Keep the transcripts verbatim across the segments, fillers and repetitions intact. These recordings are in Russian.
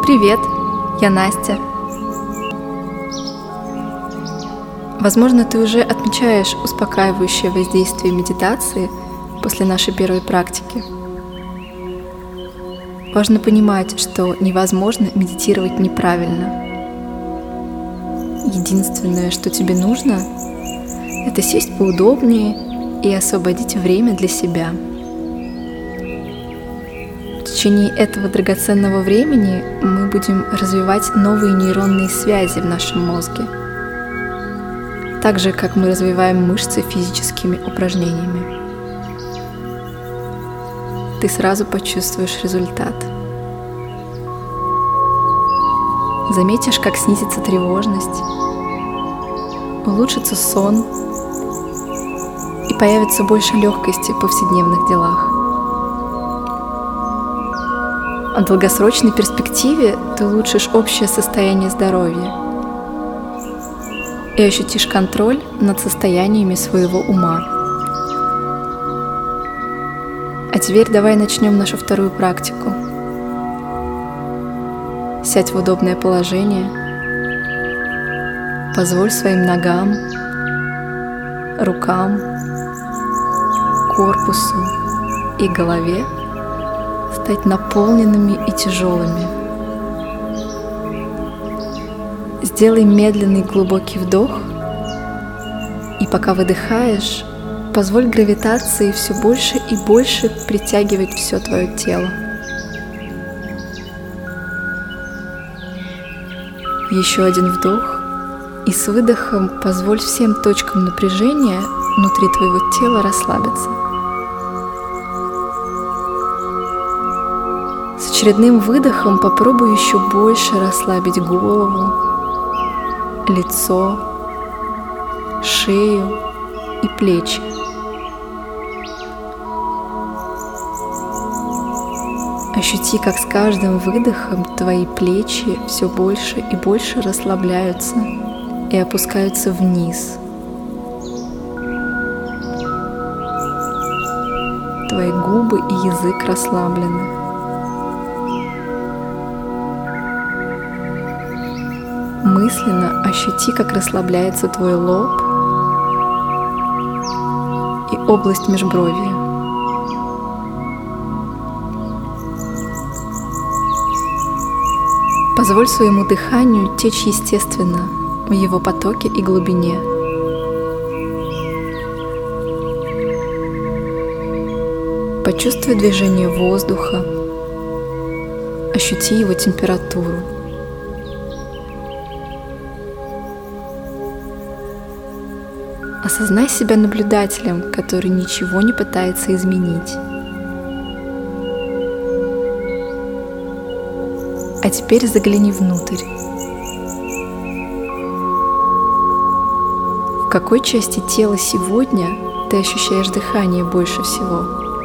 Привет, я Настя. Возможно, ты уже отмечаешь успокаивающее воздействие медитации после нашей первой практики. Важно понимать, что невозможно медитировать неправильно. Единственное, что тебе нужно, это сесть поудобнее и освободить время для себя. В течение этого драгоценного времени мы будем развивать новые нейронные связи в нашем мозге, так же, как мы развиваем мышцы физическими упражнениями. Ты сразу почувствуешь результат. Заметишь, как снизится тревожность, улучшится сон и появится больше легкости в повседневных делах. В долгосрочной перспективе ты улучшишь общее состояние здоровья и ощутишь контроль над состояниями своего ума. А теперь давай начнем нашу вторую практику. Сядь в удобное положение, позволь своим ногам, рукам, корпусу и голове стать наполненными и тяжелыми. Сделай медленный глубокий вдох, и пока выдыхаешь, позволь гравитации все больше и больше притягивать все твое тело. Еще один вдох, и с выдохом позволь всем точкам напряжения внутри твоего тела расслабиться. С очередным выдохом попробуй еще больше расслабить голову, лицо, шею и плечи. Ощути, как с каждым выдохом твои плечи все больше и больше расслабляются и опускаются вниз. Твои губы и язык расслаблены. Мысленно ощути, как расслабляется твой лоб и область межбровья. Позволь своему дыханию течь естественно в его потоке и глубине. Почувствуй движение воздуха, ощути его температуру. Осознай себя наблюдателем, который ничего не пытается изменить. А теперь загляни внутрь. В какой части тела сегодня ты ощущаешь дыхание больше всего?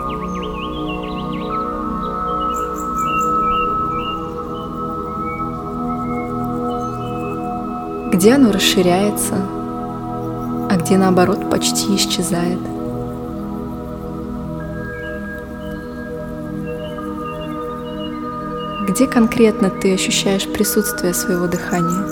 Где оно расширяется, а где, наоборот, почти исчезает? Где конкретно ты ощущаешь присутствие своего дыхания?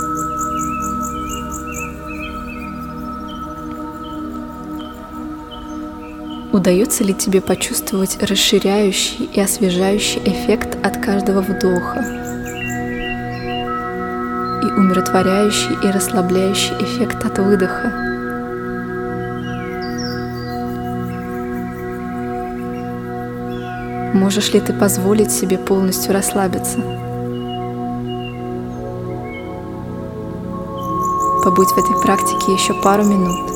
Удается ли тебе почувствовать расширяющий и освежающий эффект от каждого вдоха и умиротворяющий и расслабляющий эффект от выдоха? Можешь ли ты позволить себе полностью расслабиться? Побудь в этой практике еще пару минут.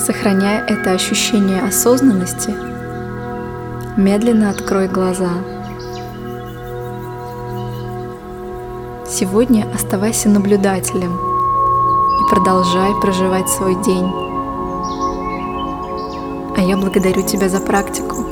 Сохраняя это ощущение осознанности, медленно открой глаза. Сегодня оставайся наблюдателем и продолжай проживать свой день. А я благодарю тебя за практику.